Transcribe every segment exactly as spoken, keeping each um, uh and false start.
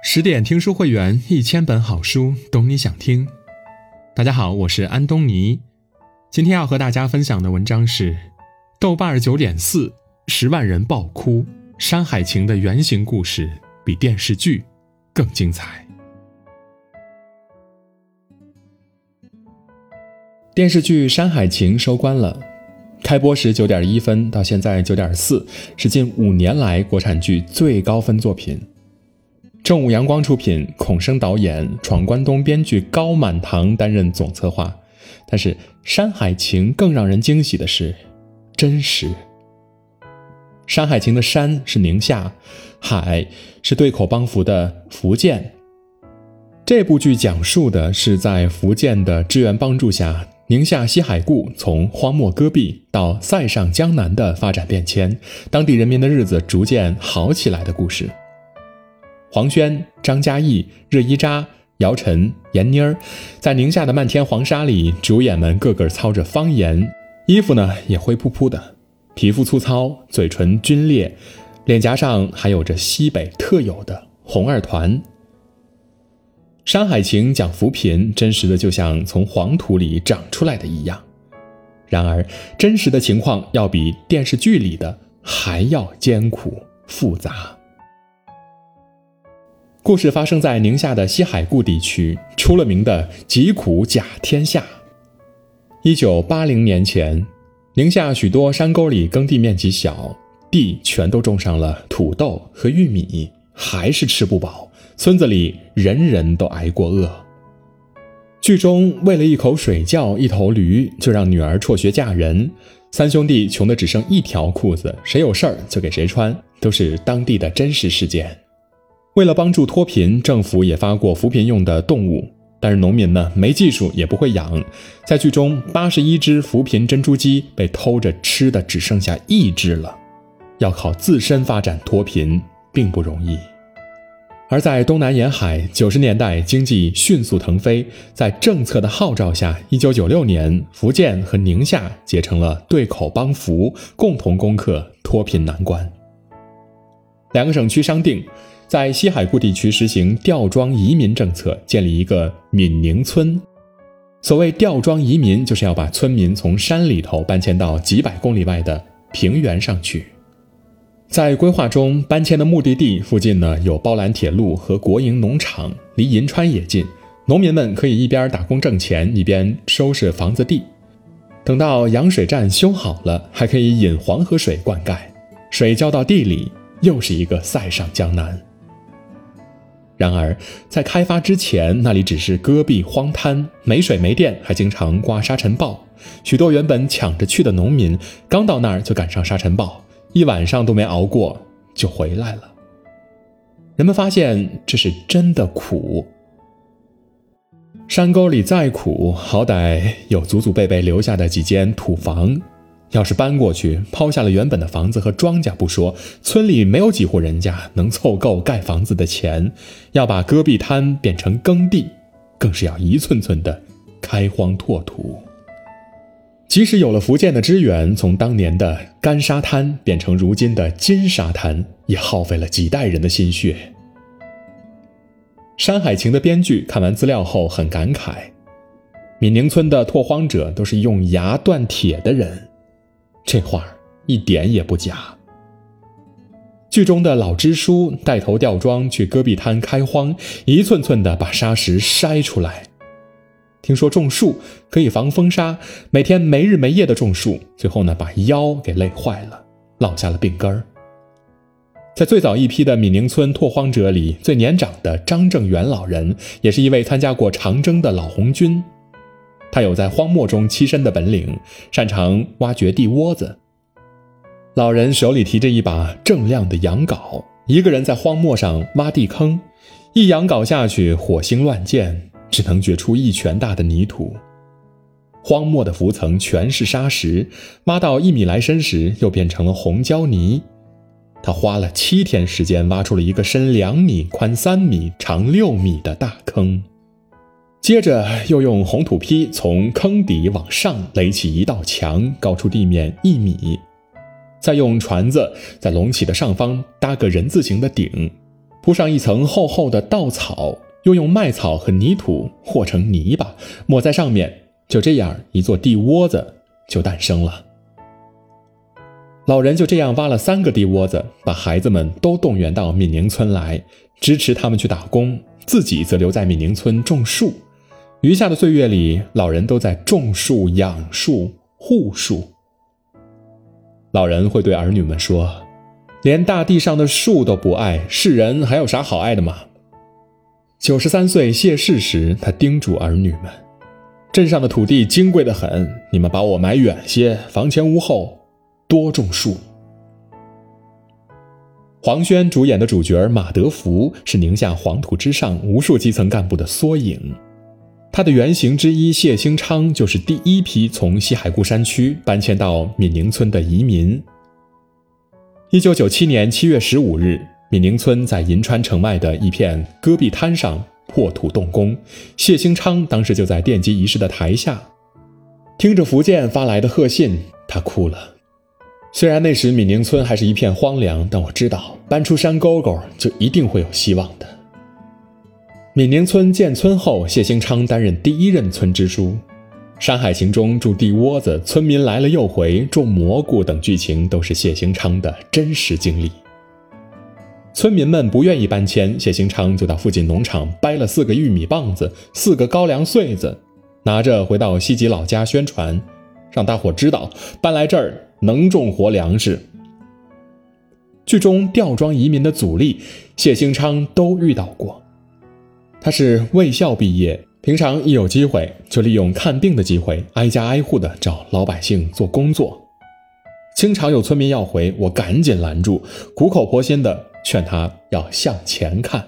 十点听书会员，一千本好书，懂你想听。大家好，我是安东尼。今天要和大家分享的文章是豆瓣 九点四 十万人爆哭，山海情的原型故事比电视剧更精彩。电视剧《山海情》收官了，开播时 九点一 分，到现在 九点四， 是近五年来国产剧最高分作品。正午阳光出品，孔生导演，闯关东编剧高满堂担任总策划。但是《山海情》更让人惊喜的是真实。《山海情》的山是宁夏，海是对口帮扶的福建。这部剧讲述的是在福建的支援帮助下，宁夏西海固从荒漠戈壁到塞上江南的发展变迁，当地人民的日子逐渐好起来的故事。黄轩、张嘉译、热依扎、姚晨、闫妮儿，在宁夏的漫天黄沙里，主演们个个操着方言，衣服呢也灰扑扑的，皮肤粗糙，嘴唇皲裂，脸颊上还有着西北特有的红二团。山海情讲扶贫，真实的就像从黄土里长出来的一样。然而，真实的情况要比电视剧里的还要艰苦复杂。故事发生在宁夏的西海固地区，出了名的疾苦甲天下。一九八零年前，宁夏许多山沟里耕地面积小，地全都种上了土豆和玉米，还是吃不饱，村子里人人都挨过饿。剧中为了一口水窖一头驴，就让女儿辍学嫁人，三兄弟穷得只剩一条裤子，谁有事儿就给谁穿，都是当地的真实事件。为了帮助脱贫，政府也发过扶贫用的动物，但是农民呢没技术也不会养。在剧中，八十一只扶贫珍珠鸡被偷着吃的只剩下一只了。要靠自身发展脱贫并不容易。而在东南沿海，九十年代经济迅速腾飞，在政策的号召下，一九九六年，福建和宁夏结成了对口帮扶，共同攻克脱贫难关。两个省区商定，在西海固地区实行吊庄移民政策，建立一个闽宁村。所谓吊庄移民，就是要把村民从山里头搬迁到几百公里外的平原上去。在规划中，搬迁的目的地附近呢有包兰铁路和国营农场，离银川也近，农民们可以一边打工挣钱，一边收拾房子地。等到扬水站修好了，还可以引黄河水灌溉，水浇到地里，又是一个塞上江南。然而在开发之前，那里只是戈壁荒滩，没水没电，还经常刮沙尘暴。许多原本抢着去的农民，刚到那儿就赶上沙尘暴，一晚上都没熬过就回来了。人们发现这是真的苦。山沟里再苦，好歹有祖祖辈辈留下的几间土房，要是搬过去，抛下了原本的房子和庄稼不说，村里没有几户人家能凑够盖房子的钱，要把戈壁滩变成耕地，更是要一寸寸的开荒拓土。即使有了福建的支援，从当年的干沙滩变成如今的金沙滩，也耗费了几代人的心血。山海情的编剧看完资料后很感慨，闽宁村的拓荒者都是用牙断铁的人，这话一点也不假。剧中的老支书带头吊庄去戈壁滩开荒，一寸寸地把沙石筛出来。听说种树可以防风沙，每天没日没夜的种树，最后呢把腰给累坏了，落下了病根儿。在最早一批的闽宁村拓荒者里，最年长的张正元老人也是一位参加过长征的老红军。他有在荒漠中栖身的本领，擅长挖掘地窝子。老人手里提着一把锃亮的羊镐，一个人在荒漠上挖地坑，一羊镐下去，火星乱溅，只能掘出一拳大的泥土。荒漠的浮层全是沙石，挖到一米来深时，又变成了红胶泥。他花了七天时间，挖出了一个深两米、宽三米、长六米的大坑。接着又用红土坯从坑底往上垒起一道墙，高出地面一米，再用船子在隆起的上方搭个人字形的顶， 铺上一层厚厚的稻草，又用麦草和泥土和成泥巴，抹在上面，就这样一座地窝子就诞生了。老人就这样挖了三个地窝子，把孩子们都动员到闽宁村来，支持他们去打工，自己则留在闽宁村种树。余下的岁月里，老人都在种树、养树、护树。老人会对儿女们说，连大地上的树都不爱，世人还有啥好爱的吗？九十三岁谢世时，他叮嘱儿女们，镇上的土地金贵得很，你们把我埋远些，房前屋后多种树。黄轩主演的主角马德福是宁夏黄土之上无数基层干部的缩影。他的原型之一谢兴昌就是第一批从西海固山区搬迁到闽宁村的移民。一九九七年七月十五日，闽宁村在银川城外的一片戈壁滩上破土动工，谢兴昌当时就在奠基仪式的台下，听着福建发来的贺信，他哭了。虽然那时闽宁村还是一片荒凉，但我知道搬出山沟沟就一定会有希望的。闽宁村建村后，谢兴昌担任第一任村支书。山海情中住地窝子，村民来了又回，种蘑菇等剧情都是谢兴昌的真实经历。村民们不愿意搬迁，谢兴昌就到附近农场掰了四个玉米棒子，四个高粱穗子，拿着回到西吉老家宣传，让大伙知道搬来这儿能种活粮食。剧中吊庄移民的阻力，谢兴昌都遇到过。他是卫校毕业，平常一有机会就利用看病的机会挨家挨户的找老百姓做工作。经常有村民要回，我赶紧拦住，苦口婆心的劝他要向前看。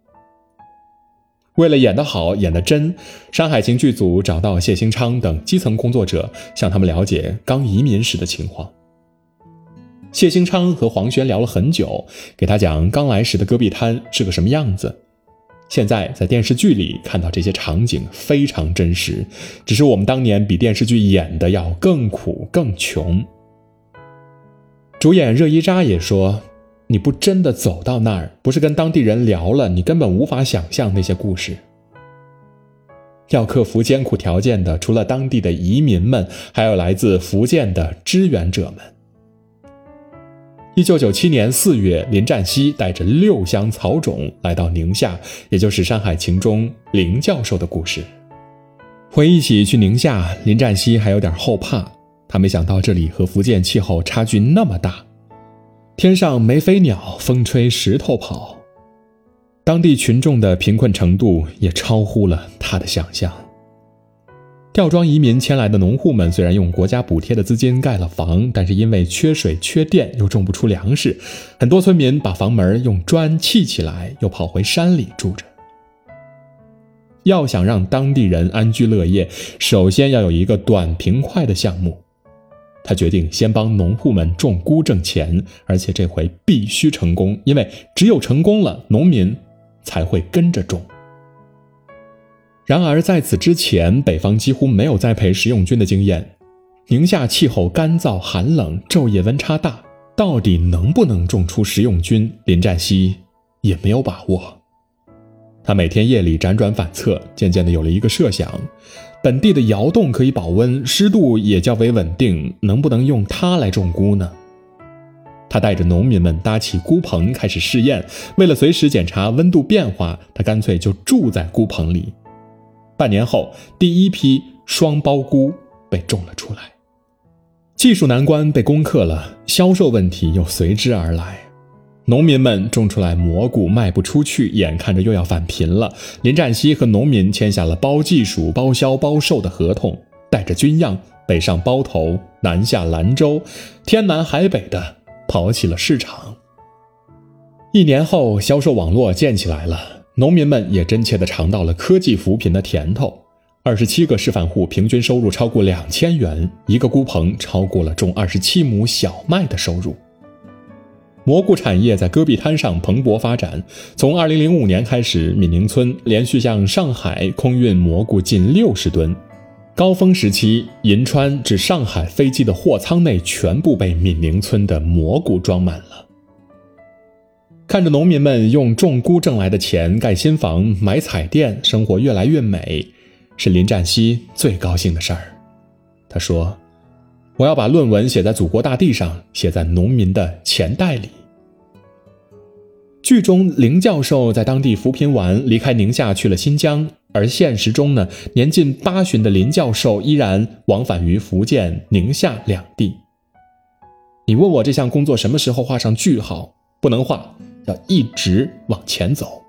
为了演得好演得真，山海情剧组找到谢兴昌等基层工作者，向他们了解刚移民时的情况。谢兴昌和黄轩聊了很久，给他讲刚来时的戈壁滩是个什么样子。现在在电视剧里看到这些场景非常真实，只是我们当年比电视剧演的要更苦更穷。主演热依扎也说，你不真的走到那儿，不是跟当地人聊了，你根本无法想象那些故事。要克服艰苦条件的，除了当地的移民们，还有来自福建的支援者们。一九九七年四月，林占西带着六箱草种来到宁夏，也就是《山海情》中林教授的故事。回忆起去宁夏，林占西还有点后怕，他没想到这里和福建气候差距那么大，天上没飞鸟，风吹石头跑，当地群众的贫困程度也超乎了他的想象。吊庄移民迁来的农户们虽然用国家补贴的资金盖了房，但是因为缺水缺电又种不出粮食，很多村民把房门用砖砌起来，又跑回山里住着。要想让当地人安居乐业，首先要有一个短平快的项目。他决定先帮农户们种菇挣钱，而且这回必须成功，因为只有成功了，农民才会跟着种。然而在此之前，北方几乎没有栽培食用菌的经验。宁夏气候干燥寒冷，昼夜温差大，到底能不能种出食用菌，林占西也没有把握。他每天夜里辗转反侧，渐渐地有了一个设想，本地的窑洞可以保温，湿度也较为稳定，能不能用它来种菇呢？他带着农民们搭起菇棚开始试验，为了随时检查温度变化，他干脆就住在菇棚里。半年后，第一批双苞菇被种了出来。技术难关被攻克了，销售问题又随之而来。农民们种出来蘑菇卖不出去，眼看着又要返贫了，林占西和农民签下了包技术、包销、包售的合同，带着军样北上包头，南下兰州，天南海北的跑起了市场。一年后，销售网络建起来了，农民们也真切地尝到了科技扶贫的甜头。二十七个示范户平均收入超过两千元，一个菇棚超过了种二十七亩小麦的收入。蘑菇产业在戈壁滩上蓬勃发展，从二零零五年开始，闽宁村连续向上海空运蘑菇近六十吨。高峰时期，银川至上海飞机的货舱内全部被闽宁村的蘑菇装满了。 看着农民们用种菇挣来的钱盖新房、买彩电，生活越来越美，是林占西最高兴的事儿。他说：“我要把论文写在祖国大地上，写在农民的钱袋里。”剧中林教授在当地扶贫完，离开宁夏去了新疆，而现实中呢，年近八旬的林教授依然往返于福建、宁夏两地。你问我这项工作什么时候画上句号？不能画，要一直往前走。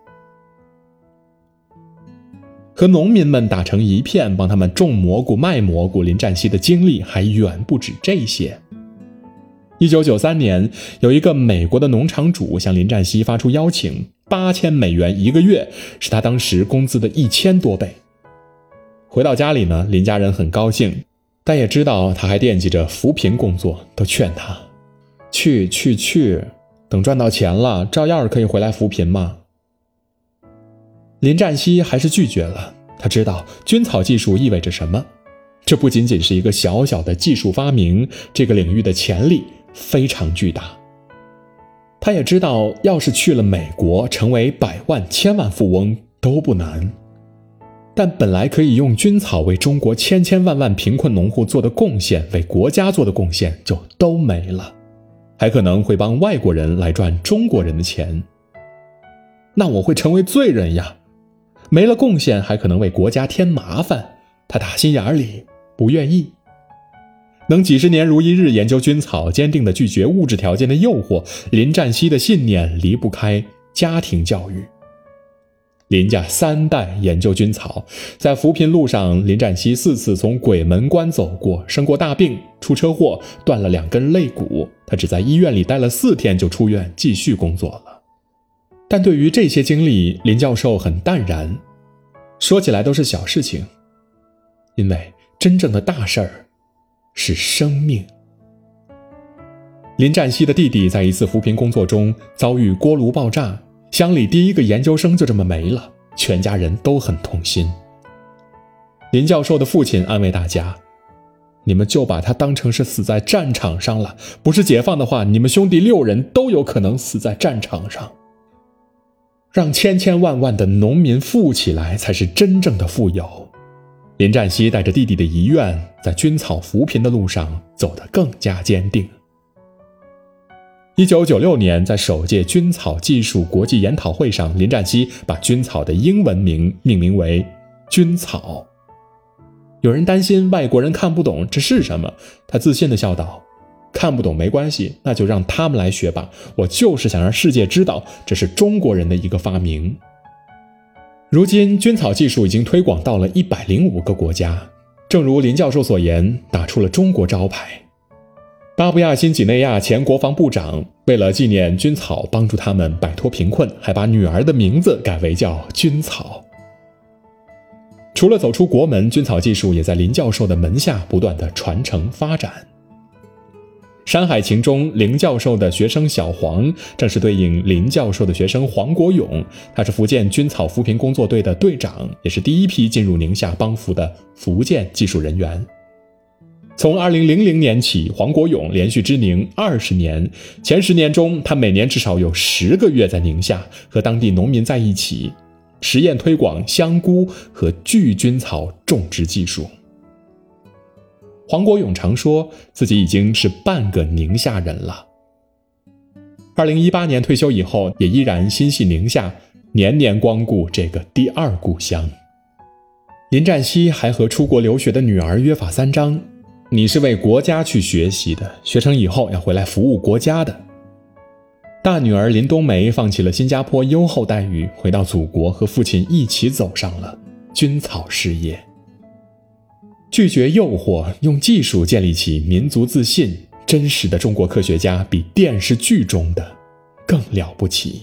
和农民们打成一片，帮他们种蘑菇、卖蘑菇，林占西的经历还远不止这些。一九九三年，有一个美国的农场主向林占西发出邀请，八千美元一个月，是他当时工资的一千多倍。回到家里呢，林家人很高兴，但也知道他还惦记着扶贫工作，都劝他去去去，等赚到钱了，照样可以回来扶贫嘛。林占西还是拒绝了，他知道菌草技术意味着什么，这不仅仅是一个小小的技术发明，这个领域的潜力非常巨大。他也知道，要是去了美国，成为百万千万富翁都不难，但本来可以用菌草为中国千千万万贫困农户做的贡献，为国家做的贡献就都没了，还可能会帮外国人来赚中国人的钱。那我会成为罪人呀，没了贡献还可能为国家添麻烦，他打心眼里不愿意。能几十年如一日研究菌草，坚定地拒绝物质条件的诱惑，林占西的信念离不开家庭教育。林家三代研究菌草，在扶贫路上，林占西四次从鬼门关走过，生过大病，出车祸断了两根肋骨，他只在医院里待了四天就出院继续工作了。但对于这些经历，林教授很淡然，说起来都是小事情，因为真正的大事儿是生命。林占西的弟弟在一次扶贫工作中遭遇锅炉爆炸，乡里第一个研究生就这么没了，全家人都很痛心。林教授的父亲安慰大家：“你们就把他当成是死在战场上了，不是解放的话，你们兄弟六人都有可能死在战场上。让千千万万的农民富起来，才是真正的富有。”林占西带着弟弟的遗愿，在菌草扶贫的路上走得更加坚定。一九九六年，在首届菌草技术国际研讨会上，林占西把菌草的英文名命名为菌草。有人担心外国人看不懂这是什么，他自信地笑道：“看不懂没关系，那就让他们来学吧，我就是想让世界知道，这是中国人的一个发明。”如今菌草技术已经推广到了一百零五个国家，正如林教授所言，打出了中国招牌。巴布亚新几内亚前国防部长为了纪念菌草帮助他们摆脱贫困，还把女儿的名字改为叫菌草。除了走出国门，菌草技术也在林教授的门下不断的传承发展。《山海情》中林教授的学生小黄，正是对应林教授的学生黄国勇，他是福建菌草扶贫工作队的队长，也是第一批进入宁夏帮扶的福建技术人员。从二零零零年起，黄国勇连续支宁二十年，前十年中，他每年至少有十个月在宁夏和当地农民在一起，实验推广香菇和巨菌草种植技术。黄国勇常说自己已经是半个宁夏人了。二零一八年退休以后，也依然心系宁夏，年年光顾这个第二故乡。林占西还和出国留学的女儿约法三章：你是为国家去学习的，学成以后要回来服务国家的。大女儿林冬梅放弃了新加坡优厚待遇，回到祖国和父亲一起走上了菌草事业。拒绝诱惑，用技术建立起民族自信，真实的中国科学家比电视剧中的更了不起。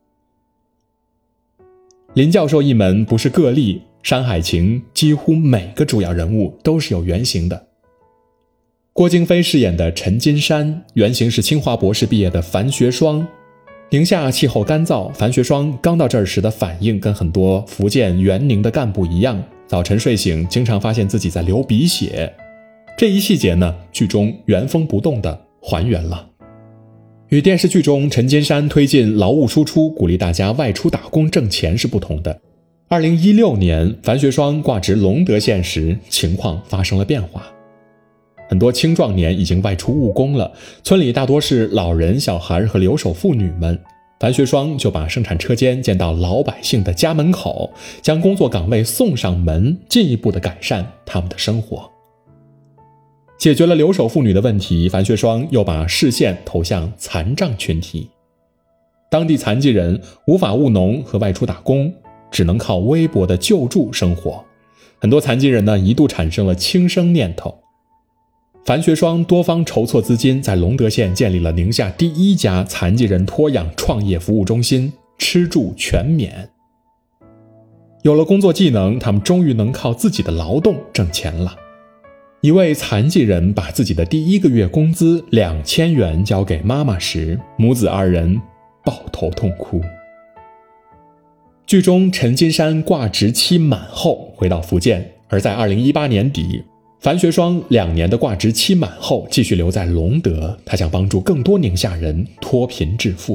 林教授一门不是个例，《山海情》几乎每个主要人物都是有原型的。郭京飞饰演的陈金山，原型是清华博士毕业的樊学双。宁夏气候干燥，樊学双刚到这儿时的反应跟很多福建援宁的干部一样，早晨睡醒经常发现自己在流鼻血。这一细节呢，剧中原封不动地还原了。 与电视剧中陈金山推进劳务输出，鼓励大家外出打工挣钱是不同的。二零一六年，樊学双挂职隆德县时，情况发生了变化。很多青壮年已经外出务工了，村里大多是老人、小孩和留守妇女们。樊学双就把生产车间建到老百姓的家门口，将工作岗位送上门，进一步的改善他们的生活。解决了留守妇女的问题，樊学双又把视线投向残障群体。当地残疾人无法务农和外出打工，只能靠微薄的救助生活。很多残疾人呢，一度产生了轻生念头。樊学双多方筹措资金，在隆德县建立了宁夏第一家残疾人托养创业服务中心，吃住全免。有了工作技能，他们终于能靠自己的劳动挣钱了。一位残疾人把自己的第一个月工资两千元交给妈妈时，母子二人抱头痛哭。剧中陈金山挂职期满后回到福建，而在二零一八年底，樊学双两年的挂职期满后继续留在隆德，他想帮助更多宁夏人脱贫致富。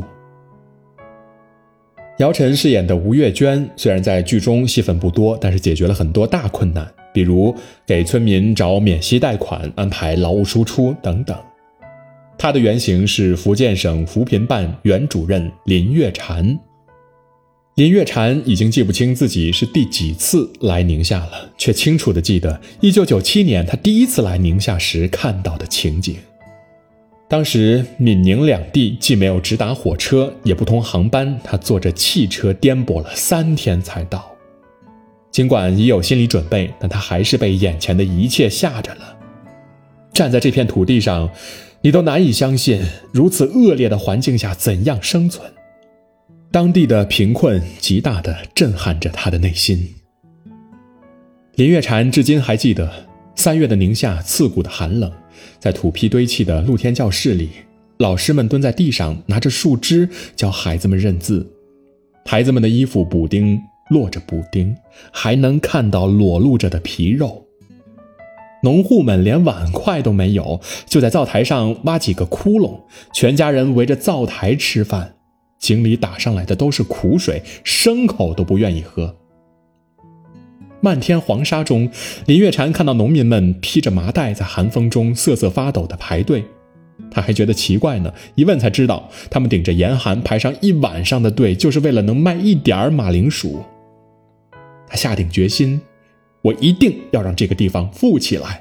姚晨饰演的吴月娟虽然在剧中戏份不多，但是解决了很多大困难，比如给村民找免息贷款、安排劳务输出等等。她的原型是福建省扶贫办原主任林月婵。林月婵已经记不清自己是第几次来宁夏了，却清楚地记得一九九七年她第一次来宁夏时看到的情景。当时闽宁两地既没有直达火车，也不通航班，她坐着汽车颠簸了三天才到。尽管已有心理准备，但她还是被眼前的一切吓着了。站在这片土地上，你都难以相信如此恶劣的环境下怎样生存。当地的贫困极大地震撼着他的内心。林月婵至今还记得三月的宁夏刺骨的寒冷，在土坯堆砌的露天教室里，老师们蹲在地上拿着树枝教孩子们认字，孩子们的衣服补丁落着补丁，还能看到裸露着的皮肉。农户们连碗筷都没有，就在灶台上挖几个窟窿，全家人围着灶台吃饭，井里打上来的都是苦水，牲口都不愿意喝。漫天黄沙中，林月婵看到农民们披着麻袋在寒风中瑟瑟发抖地排队，他还觉得奇怪呢，一问才知道他们顶着严寒排上一晚上的队，就是为了能卖一点马铃薯。他下定决心，我一定要让这个地方富起来。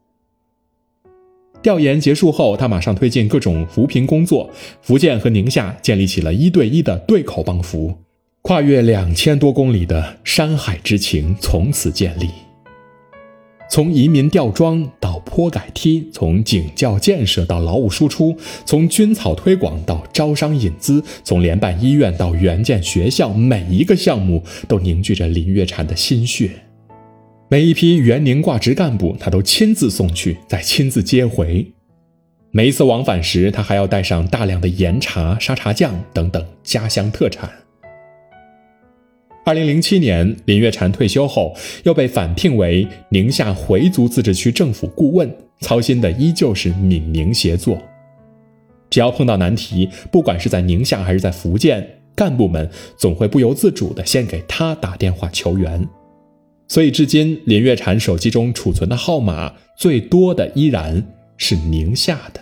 调研结束后，他马上推进各种扶贫工作，福建和宁夏建立起了一对一的对口帮扶，跨越两千多公里的山海之情从此建立。从移民吊庄到坡改梯，从警教建设到劳务输出，从军草推广到招商引资，从联办医院到援建学校，每一个项目都凝聚着林月婵的心血。每一批原宁挂职干部，他都亲自送去，再亲自接回。每一次往返时，他还要带上大量的盐茶、沙茶酱等等家乡特产。二零零七年，林月婵退休后，又被返聘为宁夏回族自治区政府顾问，操心的依旧是闽宁协作。只要碰到难题，不管是在宁夏还是在福建，干部们总会不由自主地先给他打电话求援。所以至今，林月婵手机中储存的号码最多的依然是宁夏的。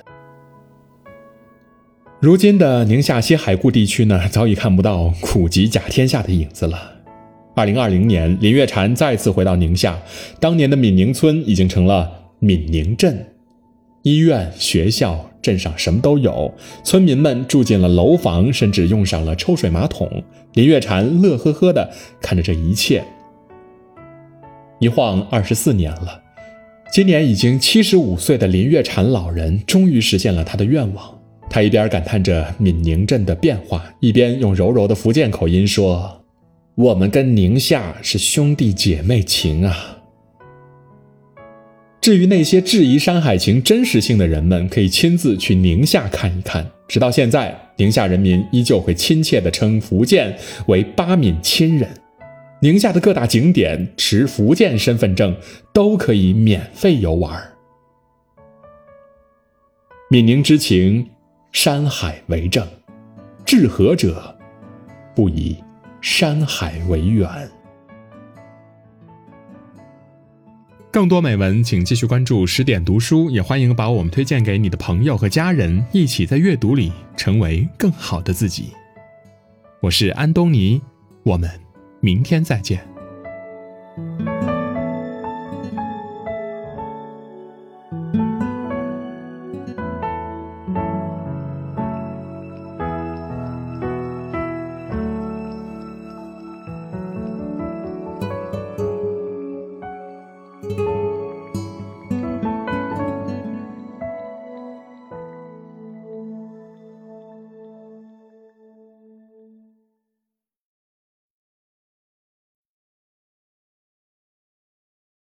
如今的宁夏西海固地区呢，早已看不到苦极甲天下的影子了。二零二零年，林月婵再次回到宁夏，当年的闽宁村已经成了闽宁镇，医院、学校，镇上什么都有，村民们住进了楼房，甚至用上了抽水马桶。林月婵乐呵呵地看着这一切。一晃二十四年了，今年已经七十五岁的林月婵老人终于实现了他的愿望。他一边感叹着闽宁镇的变化，一边用柔柔的福建口音说：“我们跟宁夏是兄弟姐妹情啊。”至于那些质疑山海情真实性的人们，可以亲自去宁夏看一看。直到现在，宁夏人民依旧会亲切地称福建为巴闽亲人。宁夏的各大景点持福建身份证都可以免费游玩。闽宁之情山海为证，治和者不以山海为远。更多美文请继续关注十点读书，也欢迎把我们推荐给你的朋友和家人，一起在阅读里成为更好的自己。我是安东尼，我们明天再见。